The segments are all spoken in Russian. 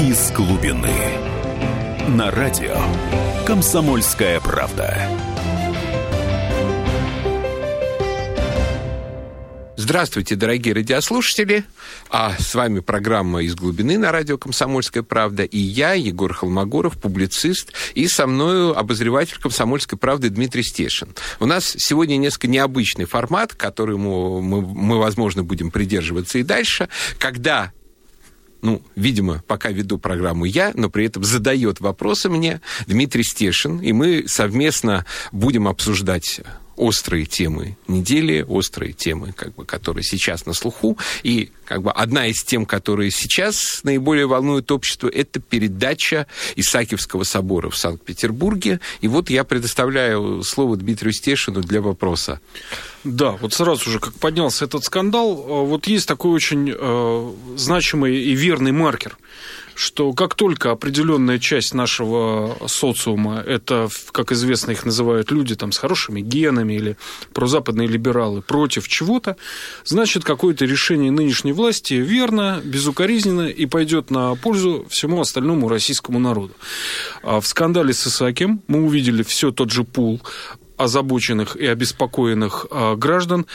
из глубины. На радио «Комсомольская правда». Здравствуйте, дорогие радиослушатели. С вами программа «Из глубины» на радио «Комсомольская правда». И я, Егор Холмогоров, публицист, и со мною обозреватель «Комсомольской правды» Дмитрий Стешин. У нас сегодня несколько необычный формат, которому мы, возможно, будем придерживаться и дальше, когда... видимо, пока веду программу я, но при этом задает вопросы мне Дмитрий Стешин, и мы совместно будем обсуждать острые темы недели, острые темы, которые сейчас на слуху. И одна из тем, которые сейчас наиболее волнуют общество, это передача Исаакиевского собора в Санкт-Петербурге. И вот я предоставляю слово Дмитрию Стешину для вопроса. Да, вот сразу же, как поднялся этот скандал, вот есть такой очень значимый и верный маркер, что как только определенная часть нашего социума, это, как известно, их называют люди с хорошими генами или прозападные либералы, против чего-то, значит, какое-то решение нынешней власти верно, безукоризненно и пойдет на пользу всему остальному российскому народу. В скандале с Исаакием мы увидели все тот же пул озабоченных и обеспокоенных граждан.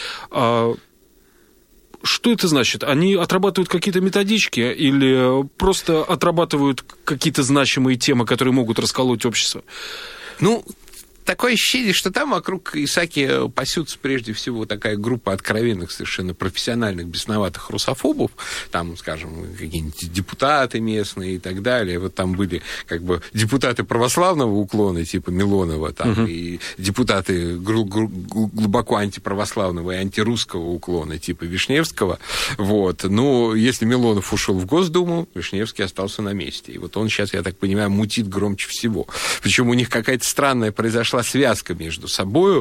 Что это значит? Они отрабатывают какие-то методички или просто отрабатывают какие-то значимые темы, которые могут расколоть общество? Такое ощущение, что там вокруг Исаакия пасется прежде всего такая группа откровенных, совершенно профессиональных, бесноватых русофобов, там, скажем, какие-нибудь депутаты местные и так далее. Вот там были депутаты православного уклона, типа Милонова, и депутаты глубоко антиправославного и антирусского уклона, типа Вишневского. Но если Милонов ушел в Госдуму, Вишневский остался на месте. И вот он сейчас, я так понимаю, мутит громче всего. Причем у них какая-то странная произошла связка между собою,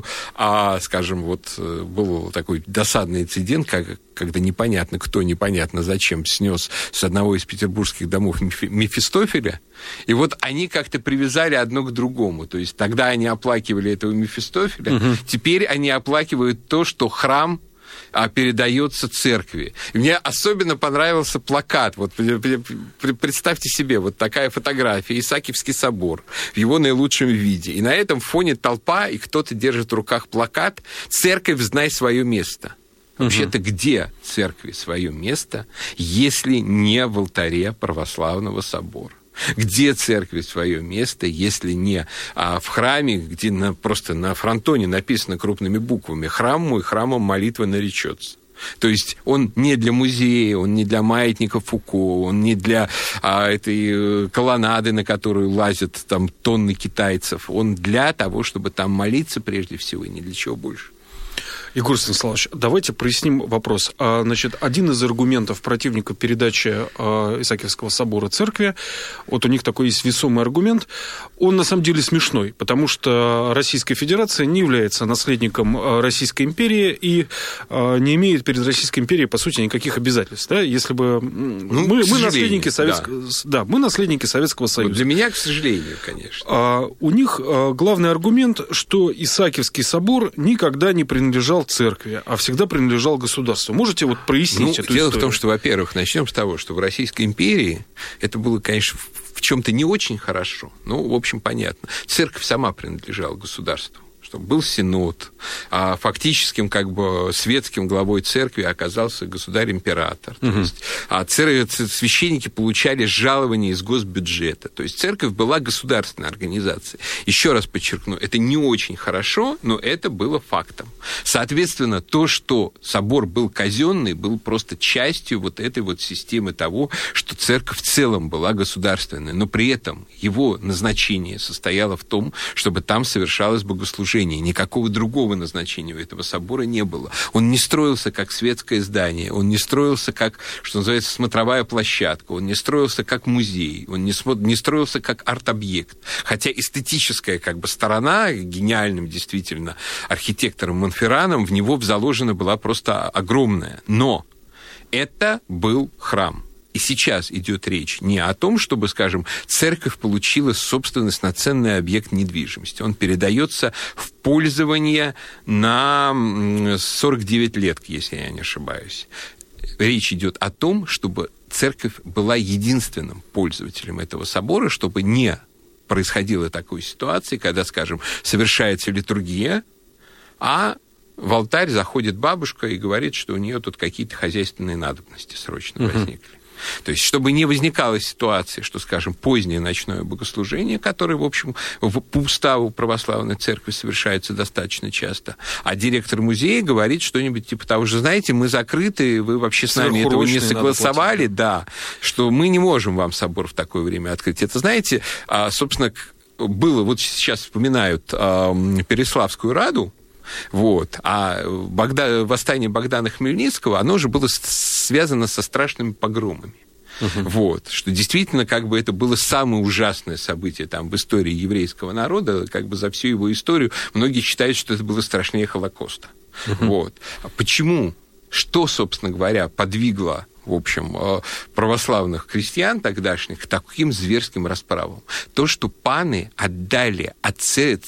был такой досадный инцидент, когда непонятно кто, непонятно зачем снес с одного из петербургских домов Мефистофеля, и вот они как-то привязали одно к другому, то есть тогда они оплакивали этого Мефистофеля, теперь они оплакивают то, что храм передается церкви. И мне особенно понравился плакат. Вот представьте себе, вот такая фотография, Исаакиевский собор в его наилучшем виде. И на этом фоне толпа, и кто-то держит в руках плакат «Церковь, знай свое место». Вообще-то где церкви свое место, если не в алтаре православного собора? Где церкви свое место, если не в храме, где просто на фронтоне написано крупными буквами «Храм мой, храмом молитва наречется». То есть он не для музея, он не для маятника Фуко, он не для этой колоннады, на которую лазят тонны китайцев. Он для того, чтобы там молиться прежде всего, и ни для чего больше. Егор Станиславович, давайте проясним вопрос. Один из аргументов противников передачи Исаакиевского собора церкви, вот у них такой есть весомый аргумент, он на самом деле смешной, потому что Российская Федерация не является наследником Российской империи и не имеет перед Российской империей, по сути, никаких обязательств. Да? Если бы мы наследники мы наследники Советского Союза. Для меня, к сожалению, конечно. У них главный аргумент, что Исаакиевский собор никогда не принадлежал церкви, а всегда принадлежал государству. Можете прояснить эту историю? Дело в том, что, во-первых, начнем с того, что в Российской империи это было, конечно, в чем-то не очень хорошо. В общем, понятно. Церковь сама принадлежала государству. Что был синод, а фактическим светским главой церкви оказался государь-император. То есть, священники получали жалования из госбюджета. То есть церковь была государственной организацией. Еще раз подчеркну, это не очень хорошо, но это было фактом. Соответственно, то, что собор был казенный, был просто частью этой системы того, что церковь в целом была государственной. Но при этом его назначение состояло в том, чтобы там совершалось богослужение. Никакого другого назначения у этого собора не было. Он не строился как светское здание, он не строился как, что называется, смотровая площадка, он не строился как музей, он не строился как арт-объект. Хотя эстетическая сторона, гениальным действительно архитектором Монферраном, в него заложена была просто огромная. Но это был храм. И сейчас идет речь не о том, чтобы, скажем, церковь получила собственность на ценный объект недвижимости. Он передается в пользование на 49 лет, если я не ошибаюсь. речь идет о том, чтобы церковь была единственным пользователем этого собора, чтобы не происходило такой ситуации, когда, скажем, совершается литургия, а в алтарь заходит бабушка и говорит, что у нее тут какие-то хозяйственные надобности срочно возникли. То есть, чтобы не возникала ситуация, что, скажем, позднее ночное богослужение, которое, в общем, по уставу православной церкви совершается достаточно часто, а директор музея говорит что-нибудь типа того же, знаете, мы закрыты, вы вообще с нами этого не согласовали, да, что мы не можем вам собор в такое время открыть. Это, знаете, собственно, было, вот сейчас вспоминают Переславскую Раду, вот. А восстание Богдана Хмельницкого, оно же было связано со страшными погромами. Вот. Что действительно, как бы это было самое ужасное событие там, в истории еврейского народа, как бы за всю его историю. Многие считают, что это было страшнее Холокоста. Вот. А почему? Что, собственно говоря, подвигло, в общем, православных крестьян тогдашних к таким зверским расправам? То, что паны отдали от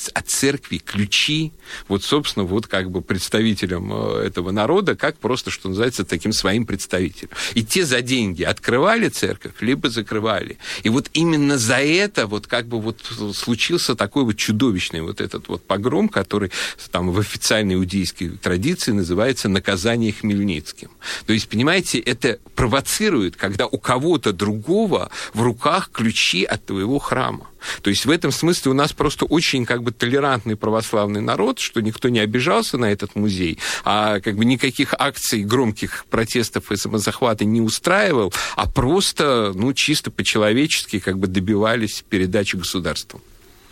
церкви ключи, вот, собственно, вот как бы представителям этого народа, как просто, что называется, таким своим представителем. И те за деньги открывали церковь, либо закрывали. И вот именно за это вот как бы вот случился такой вот чудовищный вот этот вот погром, который там в официальной иудейской традиции называется наказание Хмельницким. То есть, понимаете, это провоцирует, когда у кого-то другого в руках ключи от твоего храма. То есть в этом смысле у нас просто очень как бы толерантный православный народ, что никто не обижался на этот музей, а как бы никаких акций, громких протестов и самозахвата не устраивал, а просто, ну, чисто по-человечески как бы добивались передачи государству.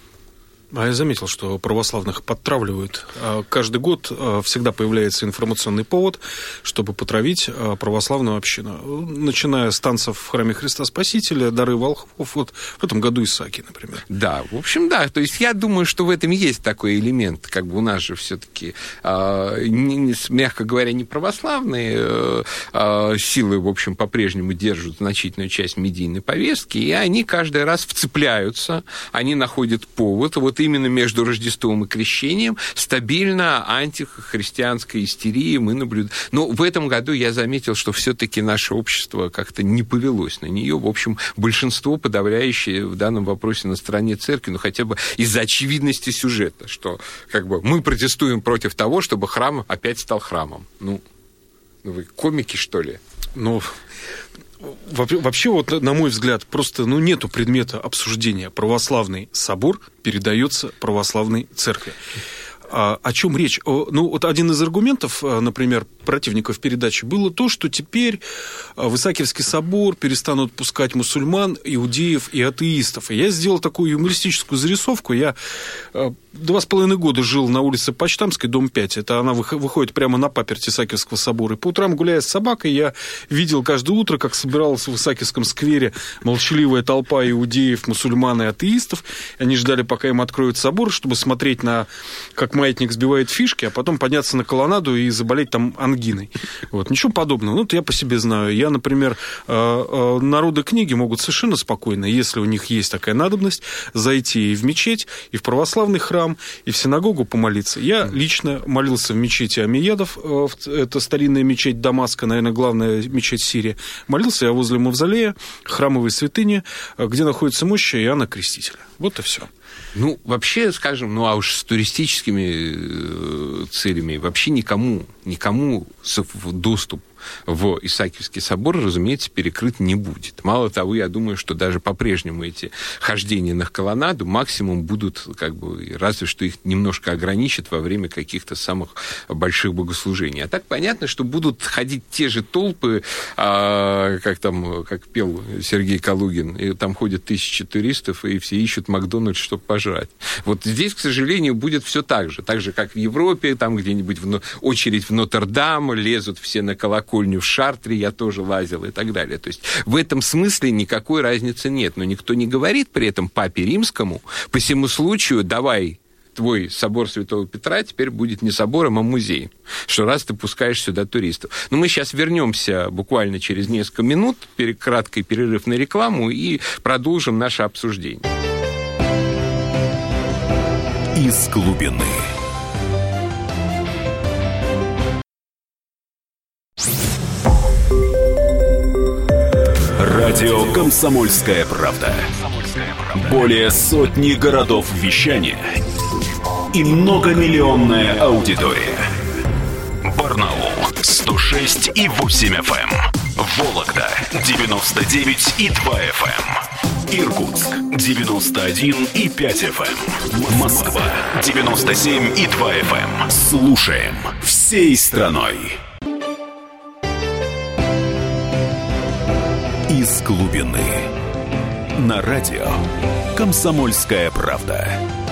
А я заметил, что православных подтравливают. Каждый год всегда появляется информационный повод, чтобы потравить православную общину. Начиная с танцев в храме Христа Спасителя, дары волхвов, вот в этом году Исааки, например. Да, в общем, да. То есть я думаю, что в этом есть такой элемент. Как бы у нас же все-таки, мягко говоря, не православные силы, в общем, по-прежнему держат значительную часть медийной повестки, и они каждый раз вцепляются, они находят повод. Вот именно между Рождеством и Крещением стабильно антихристианская истерия мы наблюдаем. Но в этом году я заметил, что все-таки наше общество как-то не повелось на нее. В общем, большинство подавляющее в данном вопросе на стороне церкви, ну, хотя бы из-за очевидности сюжета, что как бы мы протестуем против того, чтобы храм опять стал храмом. Ну вы комики, что ли? Ну... Вообще, вот, на мой взгляд, просто нету предмета обсуждения. Православный собор передается православной церкви. О чем речь? Вот один из аргументов, например, противников передачи было то, что теперь в Исаакиевский собор перестанут пускать мусульман, иудеев и атеистов. И я сделал такую юмористическую зарисовку. Я 2,5 года жил на улице Почтамской, дом 5. Это она выходит прямо на паперть Исаакиевского собора. И по утрам, гуляя с собакой, я видел каждое утро, как собиралась в Исаакиевском сквере молчаливая толпа иудеев, мусульман и атеистов. Они ждали, пока им откроют собор, чтобы смотреть на, как маятник сбивает фишки, а потом подняться на колоннаду и заболеть там ангиной. Вот. Ничего подобного. Ну, это я по себе знаю. Я, например, народы книги могут совершенно спокойно, если у них есть такая надобность, зайти и в мечеть, и в православный храм, и в синагогу помолиться. Я лично молился в мечети Амиядов, это старинная мечеть Дамаска, наверное, главная мечеть Сирии. Молился я возле мавзолея, храмовой святыни, где находится мощь Иоанна Крестителя. Вот и все. Ну, вообще, скажем, а уж с туристическими целями вообще никому доступ в Исаакиевский собор, разумеется, перекрыт не будет. Мало того, я думаю, что даже по-прежнему эти хождения на колоннаду максимум будут, как бы, разве что их немножко ограничат во время каких-то самых больших богослужений. А так понятно, что будут ходить те же толпы, как пел Сергей Калугин, и там ходят 1000 туристов, и все ищут Макдональдс, чтобы пожрать. Вот здесь, к сожалению, будет все так же, как в Европе, там где-нибудь очередь в Нотр-Дам, лезут все на колокольню в Шартре, я тоже лазил и так далее. То есть в этом смысле никакой разницы нет. Но никто не говорит при этом папе римскому, по всему случаю, давай, твой собор Святого Петра теперь будет не собором, а музеем, что раз ты пускаешь сюда туристов. Но мы сейчас вернемся буквально через несколько минут, краткий перерыв на рекламу, и продолжим наше обсуждение. Из глубины. Радио «Комсомольская правда». Более сотни городов вещания и многомиллионная аудитория. Барнаул 106,8 FM. Вологда 99,2 FM. Иркутск 91,5 FM. Москва 97,2 FM. Слушаем всей страной. Из глубины. На радио «Комсомольская правда».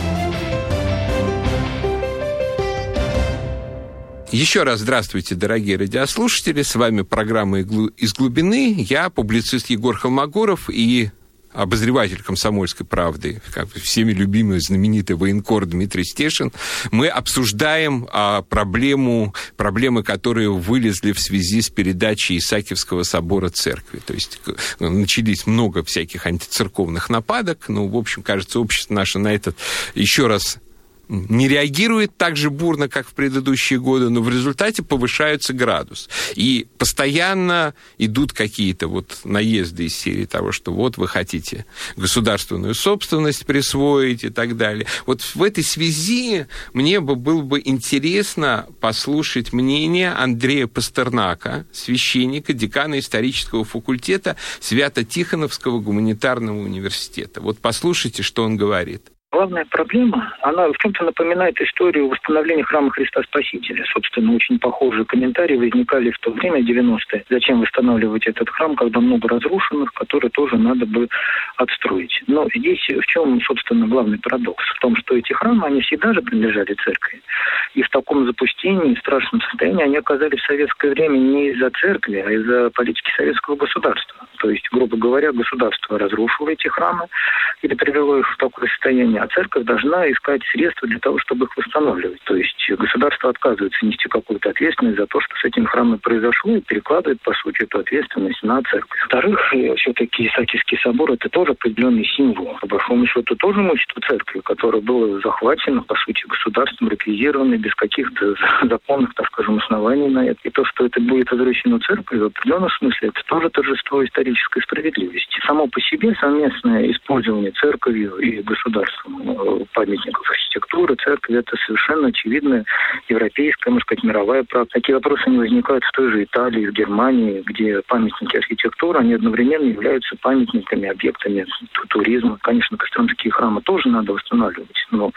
Еще раз здравствуйте, дорогие радиослушатели. С вами программа «Из глубины». Я публицист Егор Холмогоров и обозреватель «Комсомольской правды», как всеми любимый знаменитый военкор Дмитрий Стешин. Мы обсуждаем проблемы, которые вылезли в связи с передачей Исаакиевского собора церкви. То есть начались много всяких антицерковных нападок. Ну, в общем, кажется, общество наше на этот еще раз не реагирует так же бурно, как в предыдущие годы, но в результате повышается градус. И постоянно идут какие-то вот наезды из серии того, что вот вы хотите государственную собственность присвоить и так далее. Вот в этой связи мне было бы интересно послушать мнение Андрея Пастернака, священника, декана исторического факультета Свято-Тихоновского гуманитарного университета. Вот послушайте, что он говорит. Главная проблема, она в чем-то напоминает историю восстановления храма Христа Спасителя. Собственно, очень похожие комментарии возникали в то время, 90-е. Зачем восстанавливать этот храм, когда много разрушенных, которые тоже надо бы отстроить. Но здесь в чем, собственно, главный парадокс? В том, что эти храмы, они всегда же принадлежали церкви. И в таком запустении, в страшном состоянии они оказались в советское время не из-за церкви, а из-за политики советского государства. То есть, грубо говоря, государство разрушило эти храмы или привело их в такое состояние, а церковь должна искать средства для того, чтобы их восстанавливать. То есть государство отказывается нести какую-то ответственность за то, что с этим храмом произошло, и перекладывает, по сути, эту ответственность на церковь. Во-вторых, все-таки Исаакиевский собор – это тоже определенный символ. По большому счету, тоже имущество церкви, которое было захвачено, по сути, государством, реквизировано без каких-то законных, так скажем, оснований на это. И то, что это будет возвращено церкви, в определенном смысле, это тоже торжество исторической справедливости. Само по себе совместное использование церковью и государством памятников архитектуры, церкви, это совершенно очевидная европейская, можно сказать, мировая практика. Такие вопросы не возникают в той же Италии, в Германии, где памятники архитектуры, они одновременно являются памятниками, объектами туризма. Конечно, костромские храмы тоже надо восстанавливать, но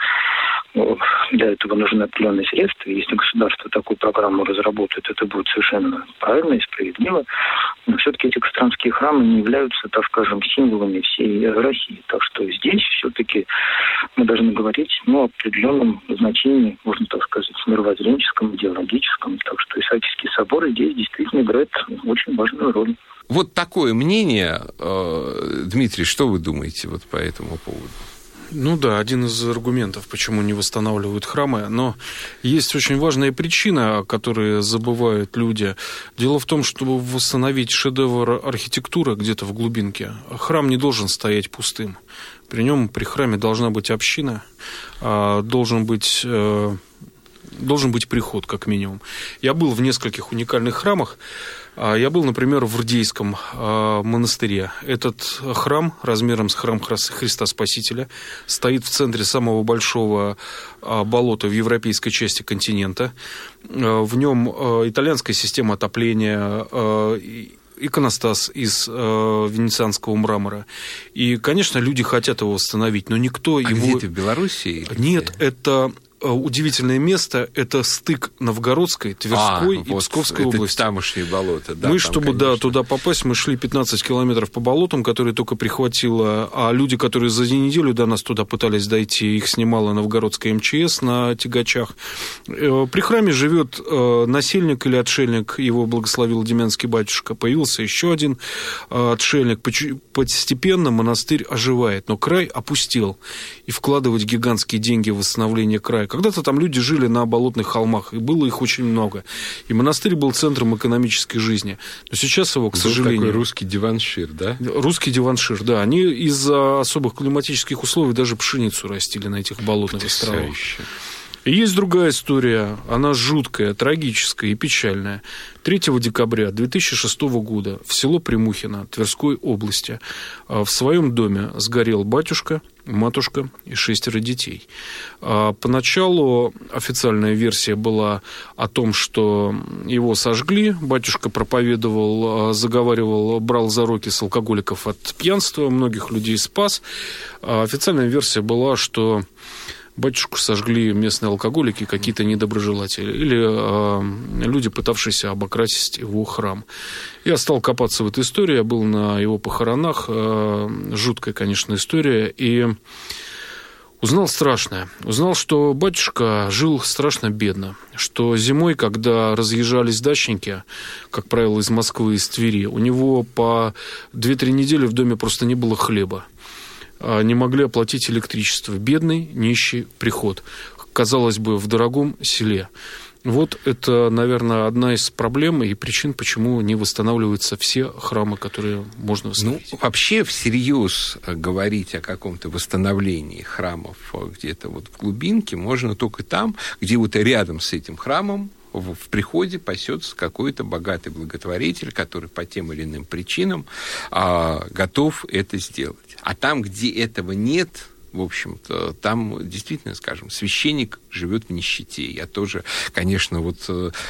для этого нужны определенные средства. Если государство такую программу разработает, это будет совершенно правильно и справедливо. Но все-таки эти костромские храмы не являются, так скажем, символами всей России. Так что здесь все-таки мы должны говорить о определенном значении, можно так сказать, мировоззренческом, идеологическом. Так что Исаакиевский собор здесь действительно играет очень важную роль. Вот такое мнение. Дмитрий, что вы думаете вот по этому поводу? Ну да, один из аргументов, почему не восстанавливают храмы. Но есть очень важная причина, о которой забывают люди. Дело в том, чтобы восстановить шедевр архитектуры где-то в глубинке, храм не должен стоять пустым. При храме должна быть община, должен быть приход, как минимум. Я был в нескольких уникальных храмах. Я был, например, в Рдейском монастыре. Этот храм размером с храм Христа Спасителя стоит в центре самого большого болота в европейской части континента. В нем итальянская система отопления, иконостас из венецианского мрамора. И, конечно, люди хотят его восстановить, но никто его... Где это, в Белоруссии? Нет, это... Удивительное место – это стык Новгородской, Тверской и Псковской области. Тамошние болота. Да, мы, чтобы туда попасть, мы шли 15 километров по болотам, которые только прихватило. А люди, которые за неделю до нас туда пытались дойти, их снимала новгородская МЧС на тягачах. При храме живет насельник или отшельник, его благословил Демянский батюшка. Появился еще один отшельник. Постепенно монастырь оживает, но край опустел. И вкладывать гигантские деньги в восстановление края. Когда-то там люди жили на болотных холмах, и было их очень много. И монастырь был центром экономической жизни. Но сейчас его, к сожалению... такой русский диваншир, да? Русский диваншир, да. Они из-за особых климатических условий даже пшеницу растили на этих болотных островах. И И есть другая история, она жуткая, трагическая и печальная. 3 декабря 2006 года в село Примухино Тверской области в своем доме сгорел батюшка, матушка и 6 детей. Поначалу официальная версия была о том, что его сожгли. Батюшка проповедовал, заговаривал, брал зароки с алкоголиков от пьянства, многих людей спас. Официальная версия была, что батюшку сожгли местные алкоголики, какие-то недоброжелатели или люди, пытавшиеся обокрасить его храм. Я стал копаться в этой истории, я был на его похоронах. Жуткая, конечно, история. И узнал страшное. Узнал, что батюшка жил страшно бедно. Что зимой, когда разъезжались дачники, как правило, из Москвы, из Твери, у него по 2-3 недели в доме просто не было хлеба. Не могли оплатить электричество. Бедный, нищий приход. Казалось бы, в дорогом селе. Вот это, наверное, одна из проблем и причин, почему не восстанавливаются все храмы, которые можно восстановить. Вообще, всерьез говорить о каком-то восстановлении храмов где-то вот в глубинке можно только там, где вот рядом с этим храмом в приходе пасется какой-то богатый благотворитель, который по тем или иным причинам готов это сделать. А там, где этого нет, в общем-то, там действительно, скажем, священник живет в нищете. Я тоже, конечно, вот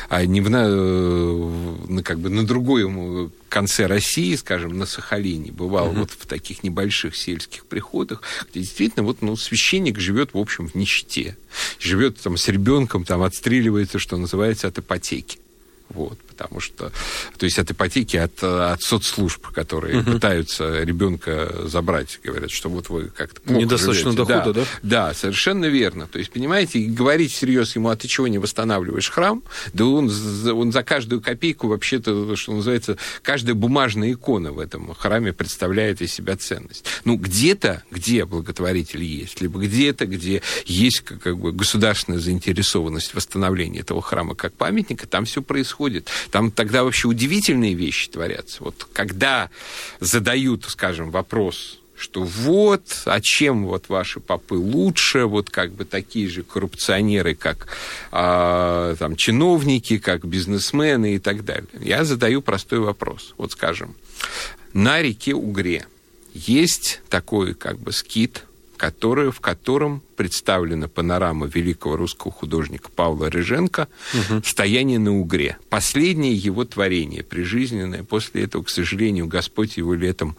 как бы на другом конце России, скажем, на Сахалине, бывал вот в таких небольших сельских приходах, где действительно вот, священник живет, в общем, в нищете. Живет там с ребенком, там отстреливается, что называется, от ипотеки. Вот, потому что, то есть от ипотеки, от соцслужб, которые пытаются ребенка забрать, говорят, что вот вы как-то плохо недостаточно живете. дохода, да? Да, совершенно верно. То есть, понимаете, говорить всерьез ему, а ты чего не восстанавливаешь храм? Да он за каждую копейку вообще-то, что называется, каждая бумажная икона в этом храме представляет из себя ценность. Где-то, где благотворитель есть, либо где-то, где есть как бы государственная заинтересованность в восстановлении этого храма как памятника, там все происходит. Там тогда вообще удивительные вещи творятся. Вот когда задают, скажем, вопрос, что вот, а чем вот ваши попы лучше, вот как бы такие же коррупционеры, как там чиновники, как бизнесмены и так далее. Я задаю простой вопрос. Вот, скажем, на реке Угре есть такой как бы скит, в котором представлена панорама великого русского художника Павла Рыженко «Стояние на Угре». Последнее его творение, прижизненное. После этого, к сожалению, Господь его летом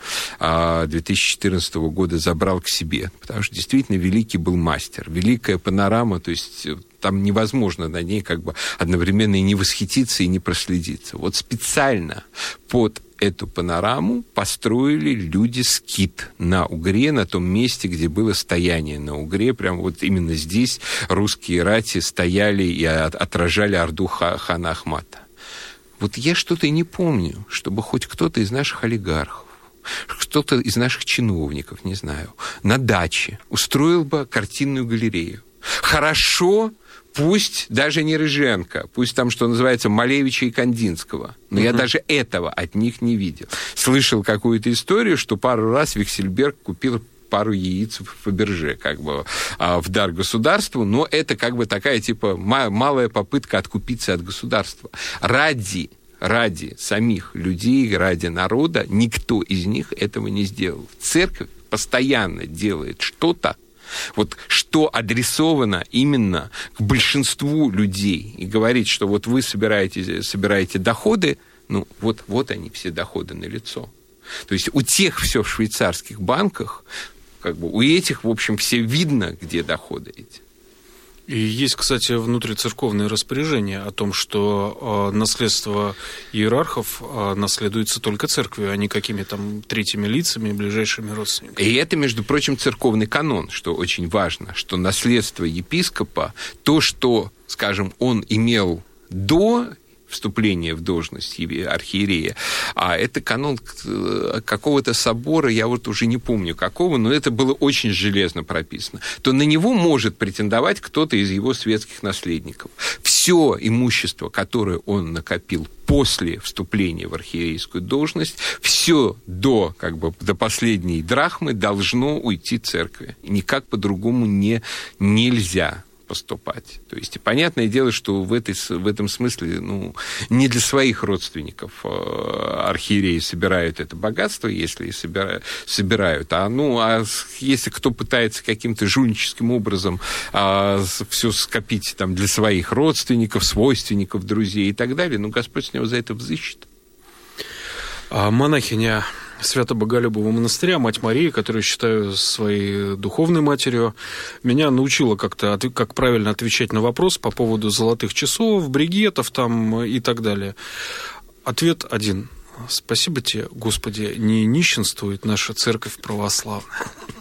2014 года забрал к себе. Потому что действительно великий был мастер. Великая панорама, то есть там невозможно на ней как бы одновременно и не восхититься, и не проследиться. Вот специально под эту панораму построили люди скит на Угре, на том месте, где было стояние на Угре. Прямо вот именно здесь русские рати стояли и отражали орду хана Ахмата. Вот я что-то не помню, чтобы хоть кто-то из наших олигархов, кто-то из наших чиновников, не знаю, на даче устроил бы картинную галерею. Хорошо, пусть даже не Рыженко, пусть там, что называется, Малевича и Кандинского. Но я даже этого от них не видел. Слышал какую-то историю, что пару раз Виксельберг купил пару яиц в Фаберже, как бы, в дар государству, но это как бы такая, типа, малая попытка откупиться от государства. Ради самих людей, ради народа, никто из них этого не сделал. Церковь постоянно делает что-то, вот что адресовано именно к большинству людей, и говорит, что вот вы собираете доходы, вот они, все доходы налицо. То есть у тех все в швейцарских банках, как бы у этих, в общем, все видно, где доходы эти. И есть, кстати, внутрицерковное распоряжение о том, что наследство иерархов наследуется только церковью, а не какими-то там третьими лицами, ближайшими родственниками. И это, между прочим, церковный канон, что очень важно, что наследство епископа, то, что, скажем, он имел до вступления в должность архиерея, а это канон какого-то собора, я вот уже не помню какого, но это было очень железно прописано, то на него может претендовать кто-то из его светских наследников. Все имущество, которое он накопил после вступления в архиерейскую должность, все до последней драхмы должно уйти церкви. Никак по-другому нельзя. поступать. То есть, понятное дело, что в этом смысле, не для своих родственников архиереи собирают это богатство, если собирают, а если кто пытается каким-то жульническим образом все скопить там для своих родственников, свойственников, друзей и так далее, Господь с него за это взыщет. Монахиня Свято-Боголюбова монастыря, мать Мария, которую считаю своей духовной матерью, меня научила как правильно отвечать на вопрос по поводу золотых часов, бригетов там и так далее. Ответ один. Спасибо тебе, Господи, не нищенствует наша церковь православная.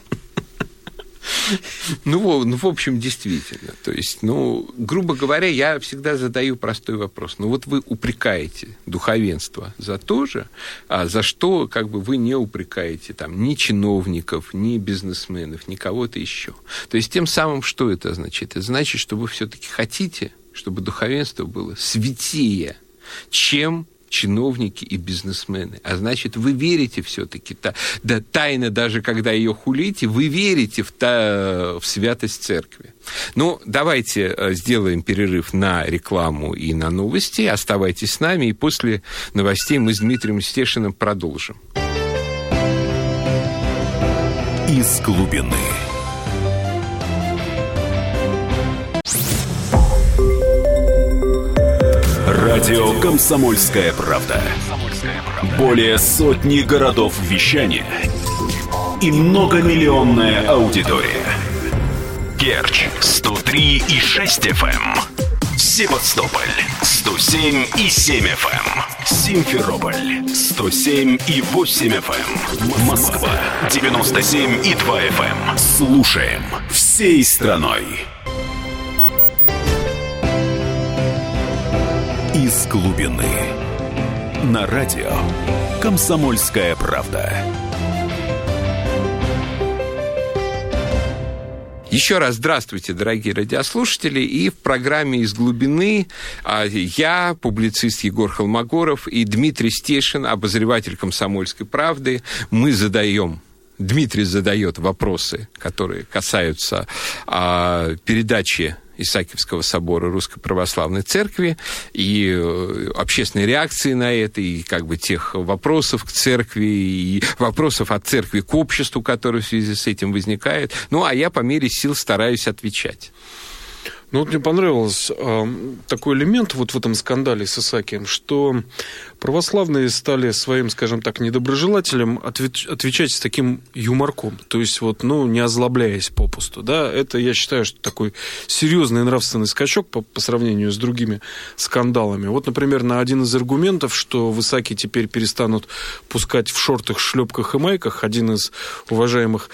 В общем, действительно. То есть, грубо говоря, я всегда задаю простой вопрос. Вы упрекаете духовенство за то же, а за что вы не упрекаете ни чиновников, ни бизнесменов, ни кого-то еще. То есть, тем самым, что это значит? Это значит, что вы все-таки хотите, чтобы духовенство было святее, чем чиновники и бизнесмены. А значит, вы верите все-таки, тайно даже когда ее хулите, вы верите в святость церкви. Давайте сделаем перерыв на рекламу и на новости. Оставайтесь с нами, и после новостей мы с Дмитрием Стешиным продолжим. Из глубины. Радио «Комсомольская правда». Более сотни городов вещания и многомиллионная аудитория. Керчь 103,6 FM, Севастополь 107,7 FM, Симферополь 107,8 FM, Москва 97,2 FM. Слушаем всей страной. Из глубины. На радио «Комсомольская правда». Еще раз здравствуйте, дорогие радиослушатели. И в программе «Из глубины» я, публицист Егор Холмогоров, и Дмитрий Стешин, обозреватель «Комсомольской правды». Дмитрий задает вопросы, которые касаются передачи Исаакиевского собора Русской Православной Церкви и общественной реакции на это, и тех вопросов к церкви, и вопросов от церкви к обществу, которые в связи с этим возникают. А я по мере сил стараюсь отвечать. Мне понравился такой элемент в этом скандале с Исаакием, что православные стали своим, скажем так, недоброжелателям отвечать с таким юморком, то есть не озлобляясь попусту. Да? Это, я считаю, что такой серьезный нравственный скачок по сравнению с другими скандалами. Например, на один из аргументов, что в Исааке теперь перестанут пускать в шортах, шлепках и майках, один из уважаемых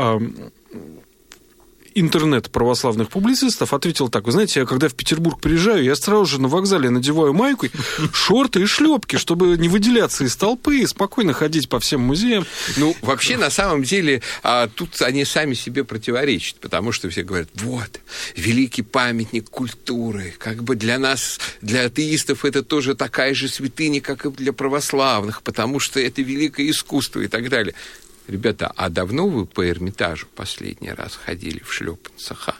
интернет-православных публицистов ответил так: вы знаете, я когда в Петербург приезжаю, я сразу же на вокзале надеваю майку, шорты и шлепки, чтобы не выделяться из толпы и спокойно ходить по всем музеям. Вообще, на самом деле, тут они сами себе противоречат, потому что все говорят, великий памятник культуры, для нас, для атеистов, это тоже такая же святыня, как и для православных, потому что это великое искусство и так далее. Ребята, а давно вы по Эрмитажу последний раз ходили в шлепанцах?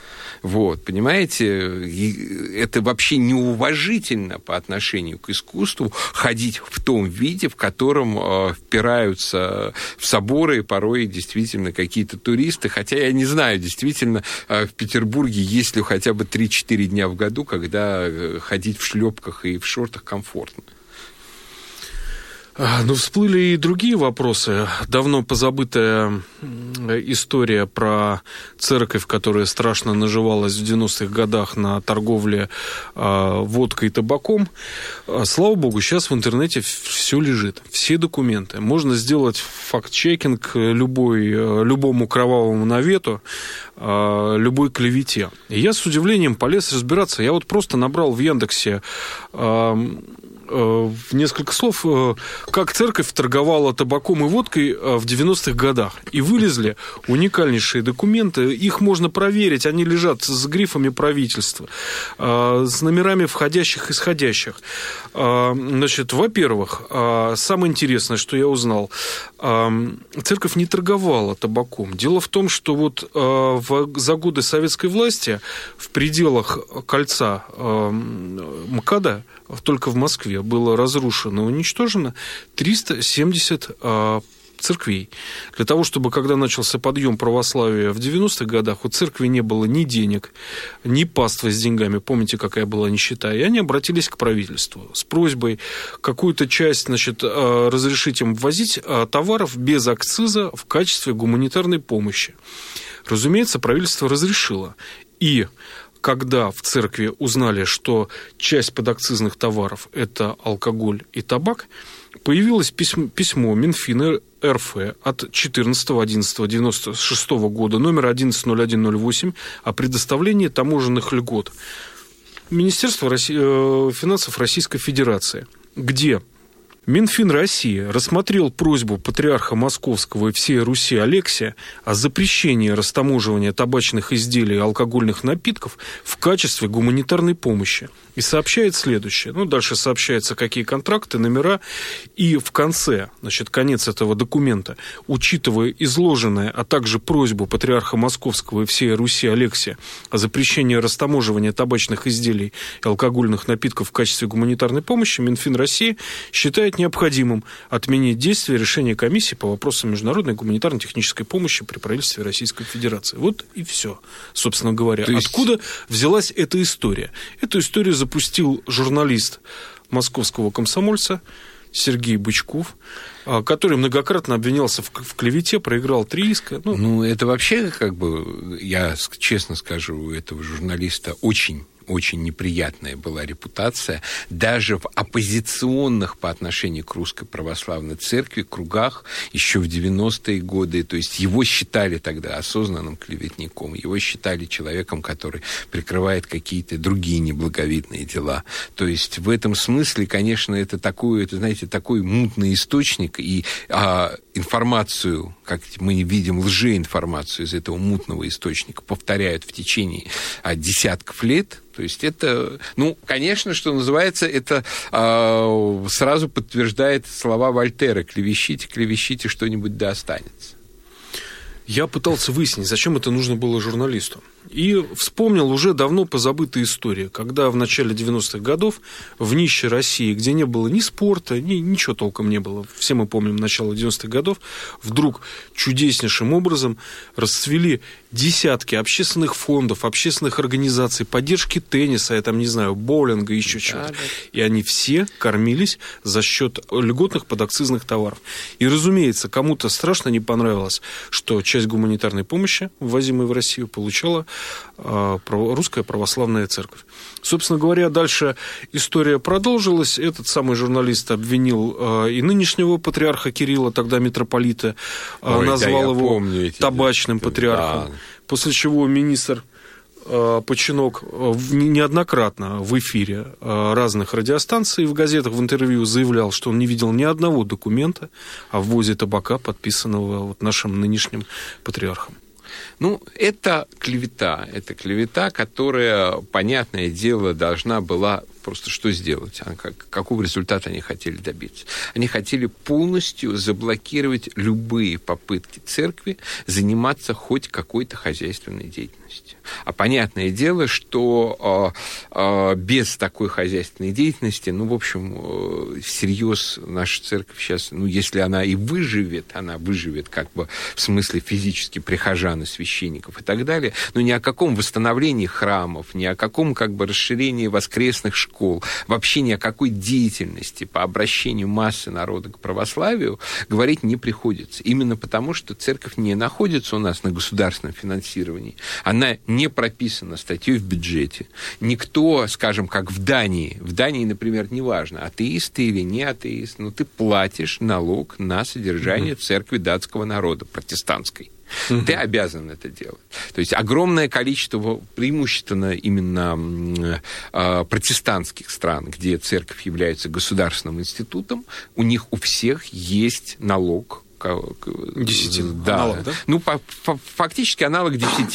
Понимаете, это вообще неуважительно по отношению к искусству ходить в том виде, в котором впираются в соборы порой действительно какие-то туристы, хотя я не знаю, действительно, в Петербурге есть ли хотя бы 3-4 дня в году, когда ходить в шлепках и в шортах комфортно. Всплыли и другие вопросы. Давно позабытая история про церковь, которая страшно наживалась в 90-х годах на торговле водкой и табаком. Слава богу, сейчас в интернете все лежит, все документы. Можно сделать факт-чекинг любому кровавому навету, любой клевете. И я с удивлением полез разбираться. Я просто набрал в Яндексе в несколько слов, как церковь торговала табаком и водкой в 90-х годах. И вылезли уникальнейшие документы. Их можно проверить. Они лежат с грифами правительства, с номерами входящих и исходящих. Во-первых, самое интересное, что я узнал, церковь не торговала табаком. Дело в том, что вот за годы советской власти в пределах кольца МКАДа только в Москве было разрушено и уничтожено 370 церквей. Для того, чтобы, когда начался подъем православия в 90-х годах, у церкви не было ни денег, ни паствы с деньгами, помните, какая была нищета, и они обратились к правительству с просьбой какую-то часть, разрешить им ввозить товаров без акциза в качестве гуманитарной помощи. Разумеется, правительство разрешило. И когда в церкви узнали, что часть подакцизных товаров – это алкоголь и табак, появилось письмо Минфина РФ от 14.11.96 года, номер 110108, о предоставлении таможенных льгот Министерства финансов Российской Федерации, где Минфин России рассмотрел просьбу патриарха Московского и всей Руси Алексия о запрещении растаможивания табачных изделий и алкогольных напитков в качестве гуманитарной помощи. И сообщает следующее. Дальше сообщается, какие контракты, номера. И в конце, конец этого документа, учитывая изложенное, а также просьбу патриарха Московского и всей Руси Алексия о запрещении растаможивания табачных изделий и алкогольных напитков в качестве гуманитарной помощи, Минфин России считает необходимым отменить действия решения комиссии по вопросам международной гуманитарно-технической помощи при правительстве Российской Федерации. Вот и все, собственно говоря. То есть... Откуда взялась эта история? Эту историю запустил журналист московского «Комсомольца» Сергей Бычков, который многократно обвинялся в клевете, проиграл 3 иска. Это вообще, я честно скажу, у этого журналиста очень неприятная была репутация даже в оппозиционных по отношению к Русской Православной Церкви кругах еще в 90-е годы. То есть его считали тогда осознанным клеветником, его считали человеком, который прикрывает какие-то другие неблаговидные дела. То есть в этом смысле, конечно, это такой мутный источник, и информацию, как мы видим, лжеинформацию из этого мутного источника повторяют в течение десятков лет. То есть это, конечно, что называется, это сразу подтверждает слова Вольтера: клевещите, что-нибудь да останется. Я пытался выяснить, зачем это нужно было журналисту. И вспомнил уже давно позабытые истории, когда в начале 90-х годов в нищей России, где не было ни спорта, ничего толком не было, все мы помним начало 90-х годов, вдруг чудеснейшим образом расцвели десятки общественных фондов, общественных организаций, поддержки тенниса, боулинга, еще чего-то. И они все кормились за счет льготных подакцизных товаров. И, разумеется, кому-то страшно не понравилось, что часть гуманитарной помощи, ввозимой в Россию, получала Русская Православная Церковь. Собственно говоря, дальше история продолжилась. Этот самый журналист обвинил и нынешнего патриарха Кирилла, тогда митрополита, назвал его табачным патриархом. Да. После чего министр Починок неоднократно в эфире разных радиостанций, в газетах, в интервью заявлял, что он не видел ни одного документа о ввозе табака, подписанного нашим нынешним патриархом. Это клевета, которая, понятное дело, должна была просто что сделать? Какого результата они хотели добиться? Они хотели полностью заблокировать любые попытки церкви заниматься хоть какой-то хозяйственной деятельностью. А понятное дело, что без такой хозяйственной деятельности, всерьез наша церковь сейчас, если она и выживет, в смысле физически прихожан и священников и так далее, но ни о каком восстановлении храмов, ни о каком расширении воскресных школ, вообще ни о какой деятельности по обращению массы народа к православию говорить не приходится. Именно потому, что церковь не находится у нас на государственном финансировании. Она не прописана статьей в бюджете. Никто, как в Дании. В Дании, например, неважно, атеист ты или не атеист, но ты платишь налог на содержание церкви датского народа, протестантской. Ты обязан это делать. То есть огромное количество, преимущественно именно протестантских стран, где церковь является государственным институтом, у них у всех есть налог. Десятина. Да. Аналог, да? Фактически аналог десятины.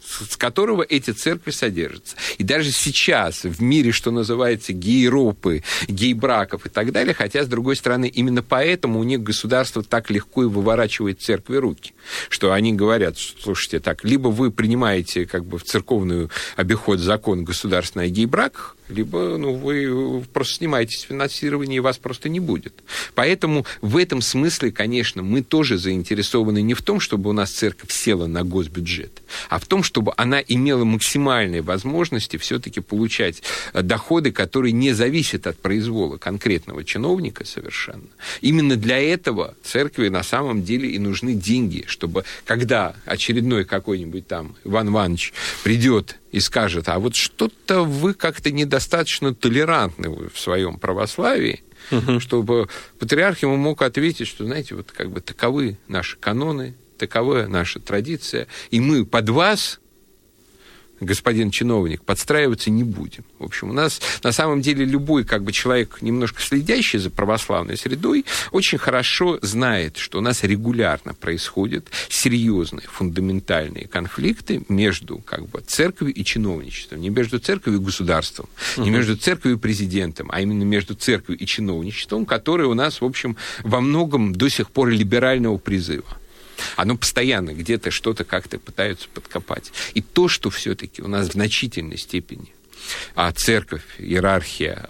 с которого эти церкви содержатся. И даже сейчас в мире, что называется, гей-ропы, гей-браков и так далее, хотя, с другой стороны, именно поэтому у них государство так легко и выворачивает церкви руки, что они говорят, слушайте, так, либо вы принимаете как бы в церковный обиход закон государственный о гей-браках, либо вы просто снимаетесь с финансирования, и вас просто не будет. Поэтому в этом смысле, конечно, мы тоже заинтересованы не в том, чтобы у нас церковь села на госбюджет, а в том, чтобы она имела максимальные возможности все-таки получать доходы, которые не зависят от произвола конкретного чиновника совершенно. Именно для этого церкви на самом деле и нужны деньги, чтобы когда очередной какой-нибудь там Иван Иванович придет и скажет, а вот что-то вы как-то недостаточно толерантны в своем православии, чтобы патриарх ему мог ответить, что, знаете, вот как бы таковы наши каноны, такова наша традиция, и мы под вас, господин чиновник, подстраиваться не будем. В общем, у нас на самом деле любой как бы человек, немножко следящий за православной средой, очень хорошо знает, что у нас регулярно происходят серьезные фундаментальные конфликты между как бы церковью и чиновничеством. Не между церковью и государством, не между церковью и президентом, а именно между церковью и чиновничеством, которое у нас, в общем, во многом до сих пор либерального призыва. Оно постоянно где-то что-то как-то пытаются подкопать. И то, что все-таки у нас в значительной степени церковь, иерархия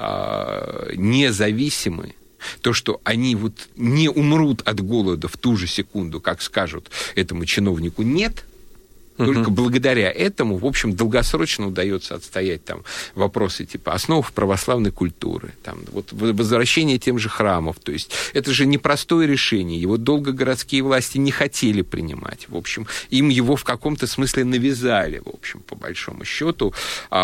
независимы, то, что они вот не умрут от голода в ту же секунду, как скажут этому чиновнику «нет», только благодаря этому, в общем, долгосрочно удается отстоять там вопросы типа основ православной культуры, там, вот, возвращение тем же храмов. То есть это же непростое решение. Его долго городские власти не хотели принимать. В общем, им его в каком-то смысле навязали, в общем, по большому счету,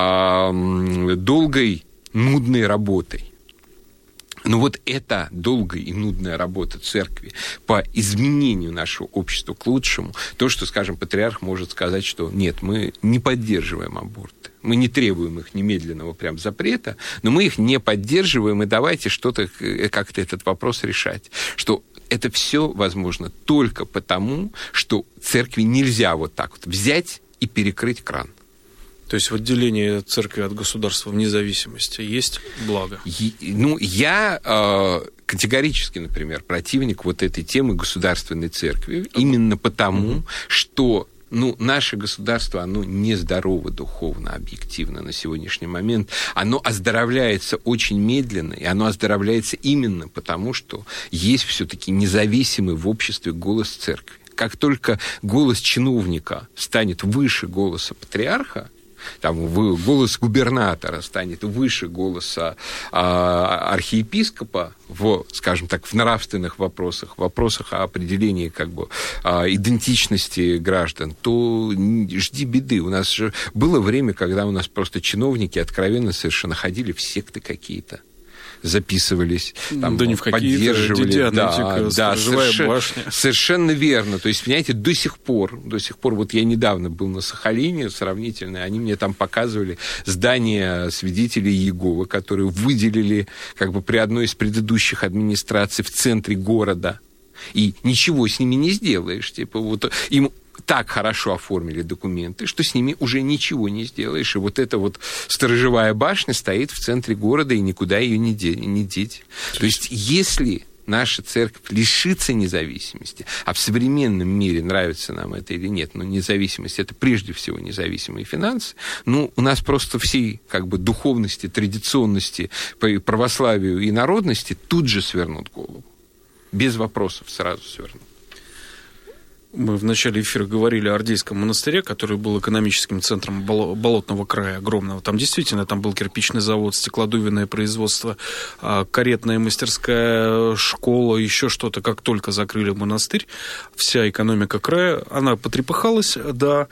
долгой, нудной работой. Но вот эта долгая и нудная работа церкви по изменению нашего общества к лучшему, то, что, скажем, патриарх может сказать, что нет, мы не поддерживаем аборты, мы не требуем их немедленного прям запрета, но мы их не поддерживаем, и давайте что-то, как-то этот вопрос решать. Что это все возможно только потому, что церкви нельзя вот так вот взять и перекрыть кран. То есть в отделении церкви от государства в независимости есть благо? Я категорически, например, противник вот этой темы государственной церкви, именно потому, что наше государство, оно нездорово духовно, объективно на сегодняшний момент. Оно оздоровляется очень медленно, и оно оздоровляется именно потому, что есть все-таки независимый в обществе голос церкви. Как только голос чиновника станет выше голоса патриарха, там, голос губернатора станет выше голоса архиепископа скажем так, в нравственных вопросах о определении как бы, идентичности граждан, то жди беды. У нас же было время, когда у нас просто чиновники откровенно совершенно ходили в секты какие-то, записывались, там, да не в поддерживали. Башня. Совершенно верно. То есть, понимаете, до сих пор, вот я недавно был на Сахалине сравнительно, они мне там показывали здание свидетелей Иеговы, которые выделили как бы при одной из предыдущих администраций в центре города. И ничего с ними не сделаешь. Типа, вот им так хорошо оформили документы, что с ними уже ничего не сделаешь. И вот эта вот сторожевая башня стоит в центре города, и никуда ее не деть. То есть, если наша церковь лишится независимости, а в современном мире, нравится нам это или нет, но независимость — это прежде всего независимые финансы, у нас просто всей как бы духовности, традиционности, православию и народности тут же свернут голову. Без вопросов сразу свернут. Мы в начале эфира говорили о Ардейском монастыре, который был экономическим центром Болотного края огромного. Там действительно был кирпичный завод, стеклодувенное производство, каретная мастерская, школа, еще что-то. Как только закрыли монастырь, вся экономика края, она потрепыхалась до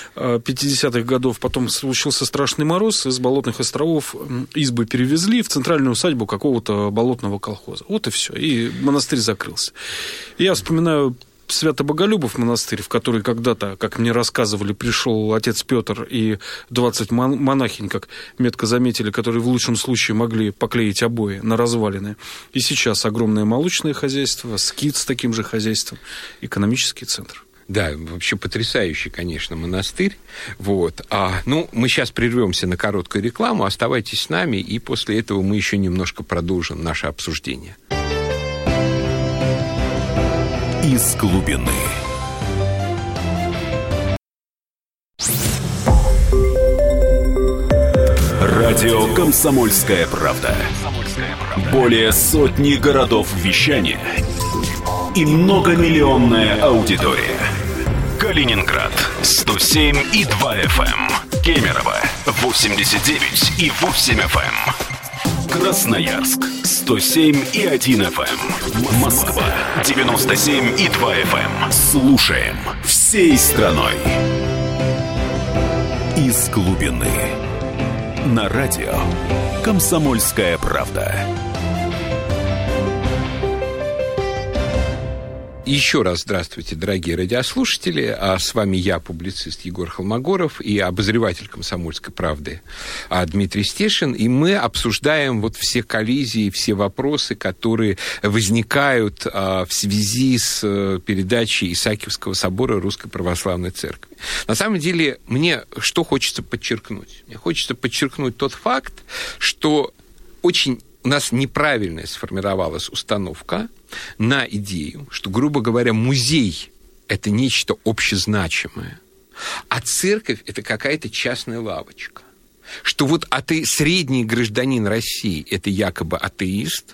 50-х годов. Потом случился страшный мороз, из Болотных островов избы перевезли в центральную усадьбу какого-то болотного колхоза. Вот и все. И монастырь закрылся. Я вспоминаю Свято-Боголюбов монастырь, в который когда-то, как мне рассказывали, пришел отец Петр и 20 монахинь, как метко заметили, которые в лучшем случае могли поклеить обои на развалины. И сейчас огромное молочное хозяйство, скит с таким же хозяйством, экономический центр. Да, вообще потрясающий, конечно, монастырь. Вот. Мы сейчас прервемся на короткую рекламу. Оставайтесь с нами, и после этого мы еще немножко продолжим наше обсуждение. Из глубины. Радио «Комсомольская правда». Более сотни городов вещания и многомиллионная аудитория. Калининград 107,2 FM. Кемерово 89,8 FM. Красноярск 107,1 FM. Москва 97,2 FM. Слушаем всей страной. Из глубины. На радио «Комсомольская правда». Еще раз здравствуйте, дорогие радиослушатели. С вами я, публицист Егор Холмогоров, и обозреватель «Комсомольской правды» Дмитрий Стешин. И мы обсуждаем все коллизии, все вопросы, которые возникают в связи с передачей Исаакиевского собора Русской Православной Церкви. На самом деле, мне что хочется подчеркнуть? Мне хочется подчеркнуть тот факт, что очень у нас неправильно сформировалась установка на идею, что, грубо говоря, музей – это нечто общезначимое, а церковь – это какая-то частная лавочка. Что средний гражданин России – это якобы атеист,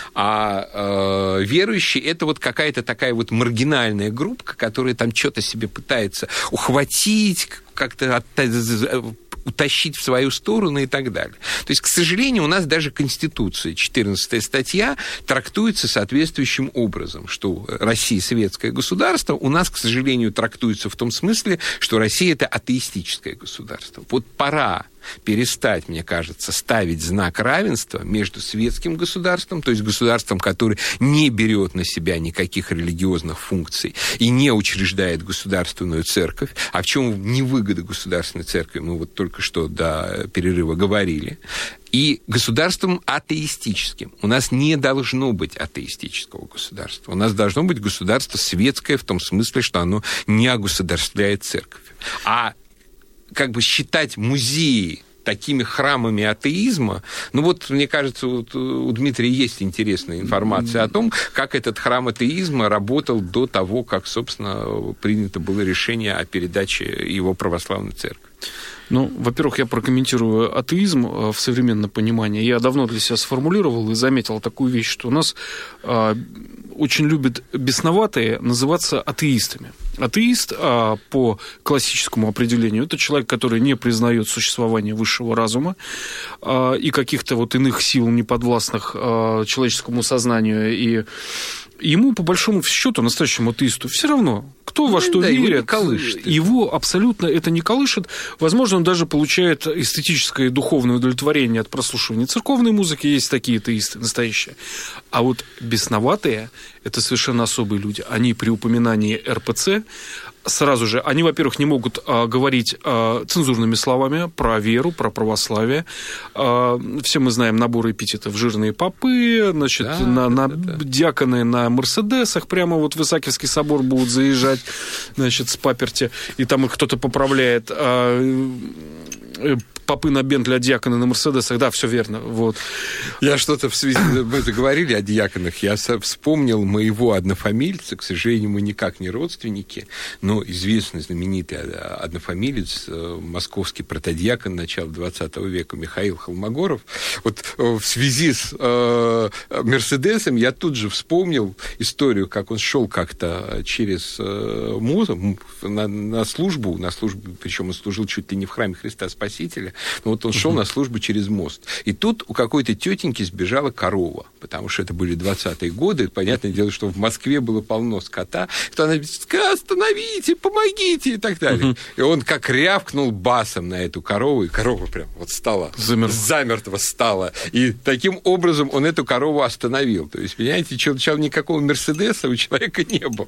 а верующий – это какая-то такая маргинальная группа, которая там что-то себе пытается ухватить, как-то утащить в свою сторону и так далее. То есть, к сожалению, у нас даже Конституция, 14 статья, трактуется соответствующим образом, что Россия светское государство, у нас, к сожалению, трактуется в том смысле, что Россия – это атеистическое государство. Пора перестать, мне кажется, ставить знак равенства между светским государством, то есть государством, которое не берет на себя никаких религиозных функций и не учреждает государственную церковь, а в чем невыгода государственной церкви, мы только что до перерыва говорили, и государством атеистическим. У нас не должно быть атеистического государства. У нас должно быть государство светское в том смысле, что оно не огосударствляет церковь. А считать музеи такими храмами атеизма, мне кажется, у Дмитрия есть интересная информация о том, как этот храм атеизма работал до того, как, собственно, принято было решение о передаче его православной церкви. Во-первых, я прокомментирую атеизм в современном понимании. Я давно для себя сформулировал и заметил такую вещь, что у нас очень любят бесноватые называться атеистами. Атеист, по классическому определению, это человек, который не признает существование высшего разума и каких-то иных сил, неподвластных человеческому сознанию, и ему, по большому счету, настоящему атеисту, все равно, кто во что верит, его абсолютно это не колышет. Возможно, он даже получает эстетическое и духовное удовлетворение от прослушивания церковной музыки. Есть такие атеисты настоящие. А бесноватые – это совершенно особые люди. Они при упоминании РПЦ сразу же, они, во-первых, не могут говорить цензурными словами про веру, про православие. Все мы знаем набор эпитетов: жирные попы, диаконы на мерседесах прямо в Исаакиевский собор будут заезжать, с паперти, и там их кто-то поправляет. Попы на Бентли, а диаконы на Мерседесах. Да, все верно. Я что-то в связи... Мы заговорили о диаконах. Я вспомнил моего однофамильца. К сожалению, мы никак не родственники, но известный, знаменитый однофамилец, московский протодиакон начала 20 века Михаил Холмогоров. В связи с Мерседесом я тут же вспомнил историю, как он шел как-то через мост на службу, причем он служил чуть ли не в храме Христа Спасителя. Он шел на службу через мост. И тут у какой-то тетеньки сбежала корова, потому что это были 20-е годы. Понятное дело, что в Москве было полно скота. И она говорит: остановите, помогите, и так далее. И он как рявкнул басом на эту корову, и корова прям стала, замертво стала. И таким образом он эту корову остановил. То есть, понимаете, никакого Мерседеса у человека не было.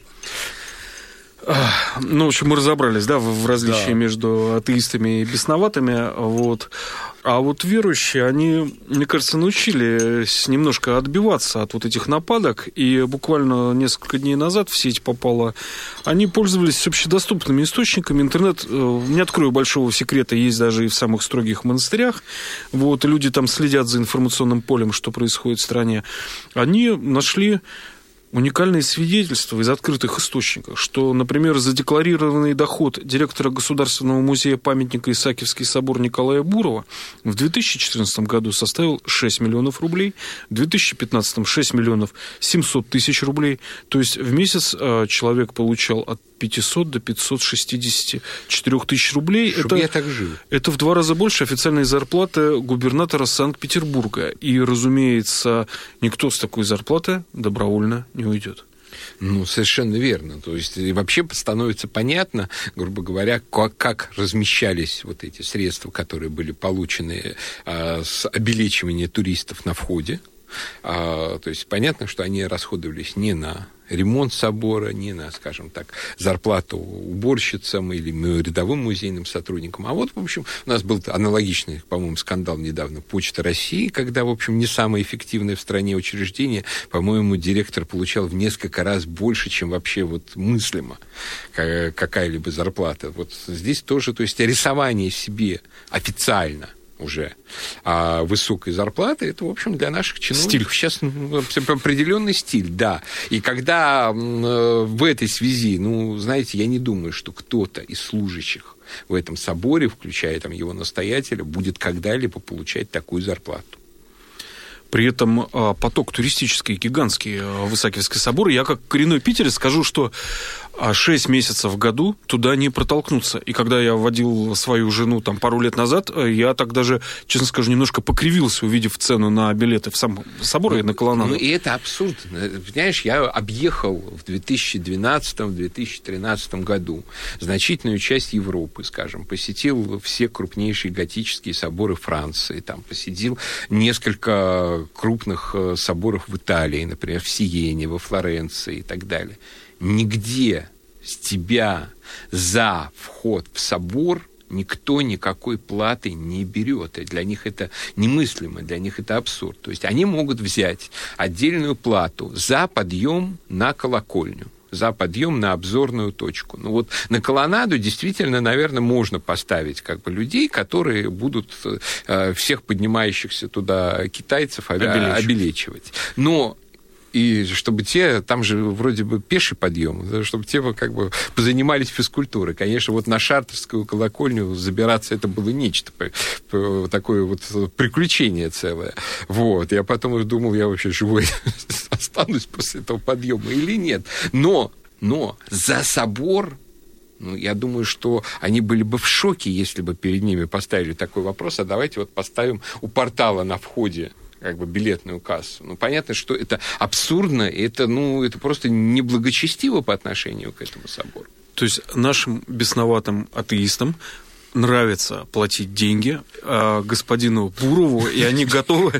В общем, мы разобрались, в различии между атеистами и бесноватыми. А вот верующие, они, мне кажется, научились немножко отбиваться от вот этих нападок, и буквально несколько дней назад в сеть попало, они пользовались общедоступными источниками. Интернет, не открою большого секрета, есть даже и в самых строгих монастырях. Вот, и люди там следят за информационным полем, что происходит в стране. Они нашли уникальные свидетельства из открытых источников, что, например, задекларированный доход директора Государственного музея памятника Исаакиевский собор Николая Бурова в 2014 году составил 6 миллионов рублей, в 2015 – 6 миллионов 700 тысяч рублей. То есть в месяц человек получал от 500 до 564 тысяч рублей. Чтобы я так жил. Это в 2 раза больше официальной зарплаты губернатора Санкт-Петербурга. И, разумеется, никто с такой зарплаты добровольно не уйдет. Ну, совершенно верно. То есть, и вообще становится понятно, грубо говоря, как размещались вот эти средства, которые были получены с обелечивания туристов на входе. То есть, понятно, что они расходовались не на ремонт собора, не на, скажем так, зарплату уборщицам или рядовым музейным сотрудникам. А вот, в общем, у нас был аналогичный, по-моему, скандал недавно Почта России, когда, в общем, не самое эффективное в стране учреждение, по-моему, директор получал в несколько раз больше, чем вообще вот мыслимо какая-либо зарплата. Вот здесь тоже, то есть, рисование себе официально уже высокой зарплаты, это, в общем, для наших чиновников сейчас определенный стиль, да. И когда в этой связи, знаете, я не думаю, что кто-то из служащих в этом соборе, включая там его настоятеля, будет когда-либо получать такую зарплату. При этом поток туристический гигантский в Исаакиевский собор. Я как коренной питерец скажу, что 6 месяцев в году туда не протолкнуться. И когда я водил свою жену там пару лет назад, я так даже, честно скажу, немножко покривился, увидев цену на билеты в сам собор и на колоннаду. И это абсурдно. Понимаешь, я объехал в 2012-2013 году значительную часть Европы, скажем, посетил все крупнейшие готические соборы Франции, там посетил несколько крупных соборов в Италии, например, в Сиене, во Флоренции и так далее. Нигде с тебя за вход в собор никто никакой платы не берет. И для них это немыслимо, для них это абсурд. То есть они могут взять отдельную плату за подъем на колокольню, за подъем на обзорную точку. Ну вот на колоннаду действительно, наверное, можно поставить людей, которые будут всех поднимающихся туда китайцев обелечивать. Но и чтобы те, там же вроде бы пеший подъем, чтобы те позанимались физкультурой. Конечно, вот на Шартерскую колокольню забираться это было нечто, такое вот приключение целое. Вот. Я потом думал, я вообще живой останусь после этого подъема или нет. Но за собор, я думаю, что они были бы в шоке, если бы перед ними поставили такой вопрос, а давайте вот поставим у портала на входе билетную кассу. Понятно, что это абсурдно, это просто неблагочестиво по отношению к этому собору. То есть нашим бесноватым атеистам нравится платить деньги господину Бурову, и они готовы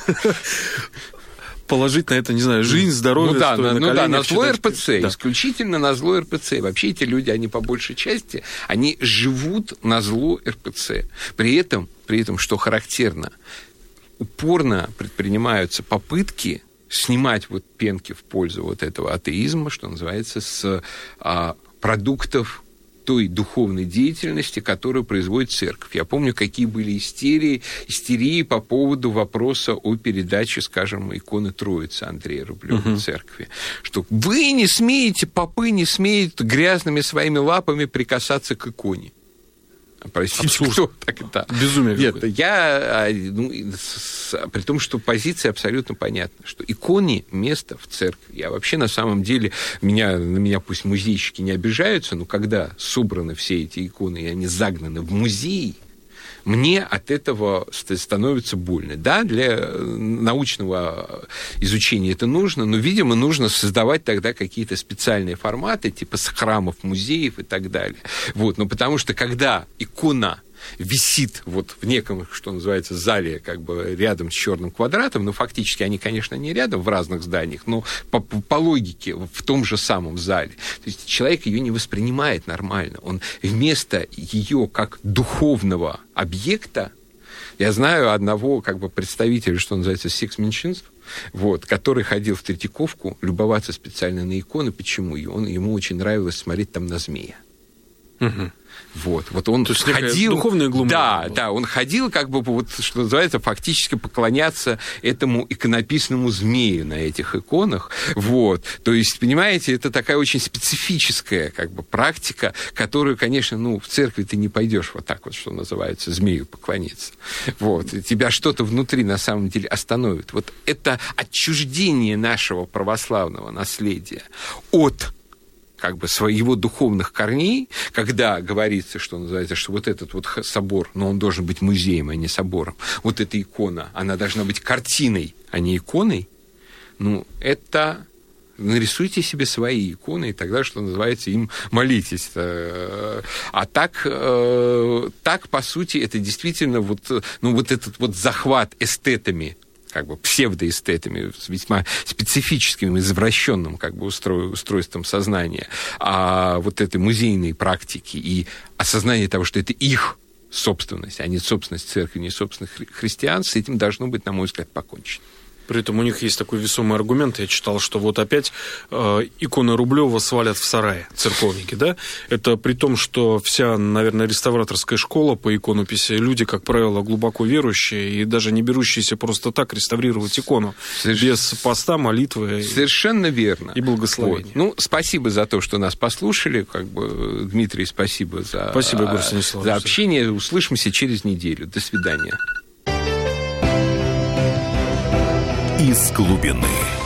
положить на это, не знаю, жизнь, здоровье, на зло РПЦ, исключительно на зло РПЦ. Вообще эти люди, они по большей части, они живут на зло РПЦ. При этом, что характерно, упорно предпринимаются попытки снимать пенки в пользу этого атеизма, что называется, с продуктов той духовной деятельности, которую производит церковь. Я помню, какие были истерии по поводу вопроса о передаче, скажем, иконы Троицы Андрея Рублева церкви. Что вы не смеете, попы не смеют грязными своими лапами прикасаться к иконе. Простите, кто тогда? Безумие. Нет, при том, что позиция абсолютно понятна, что иконе место в церкви. Я вообще, на самом деле, на меня пусть музейщики не обижаются, но когда собраны все эти иконы, и они загнаны в музей, мне от этого становится больно. Да, для научного изучения это нужно, но, видимо, нужно создавать тогда какие-то специальные форматы, типа с храмов, музеев и так далее. Вот. Но потому что, когда икона висит в неком, что называется, зале, рядом с черным квадратом, но фактически они, конечно, не рядом в разных зданиях, но по логике в том же самом зале. То есть человек ее не воспринимает нормально. Он вместо ее как духовного объекта Я знаю одного как бы представителя, что называется, секс-меньшинств, вот, который ходил в Третьяковку любоваться специально на иконы. Почему? Ему очень нравилось смотреть там на змея. Угу. Вот он ходил... Духовная глубина. Да, он ходил, как бы, вот, что называется, фактически поклоняться этому иконописному змею на этих иконах. Вот. То есть, понимаете, это такая очень специфическая, как бы, практика, которую, конечно, в церкви ты не пойдешь вот так вот, что называется, змею поклониться. Вот. И тебя что-то внутри, на самом деле, остановит. Вот это отчуждение нашего православного наследия от как бы своего духовных корней, когда говорится, что называется, что вот этот вот собор, но он должен быть музеем, а не собором. Вот эта икона, она должна быть картиной, а не иконой. Это... Нарисуйте себе свои иконы, и тогда, что называется, им молитесь. А так, по сути, это действительно вот этот вот захват эстетами, как бы псевдоэстетами, с весьма специфическим, извращенным как бы устройством сознания, а вот этой музейной практики и осознание того, что это их собственность, а не собственность церкви, не собственность христиан, с этим должно быть, на мой взгляд, покончено. При этом у них есть такой весомый аргумент. Я читал, что вот опять иконы Рублева свалят в сарае, церковники, да? Это при том, что вся, наверное, реставраторская школа по иконописи, люди, как правило, глубоко верующие и даже не берущиеся просто так реставрировать икону без поста, молитвы. Совершенно верно. И благословения. Вот. Спасибо за то, что нас послушали. Как бы, Дмитрий, спасибо за общение. Услышимся через неделю. До свидания. Из глубины.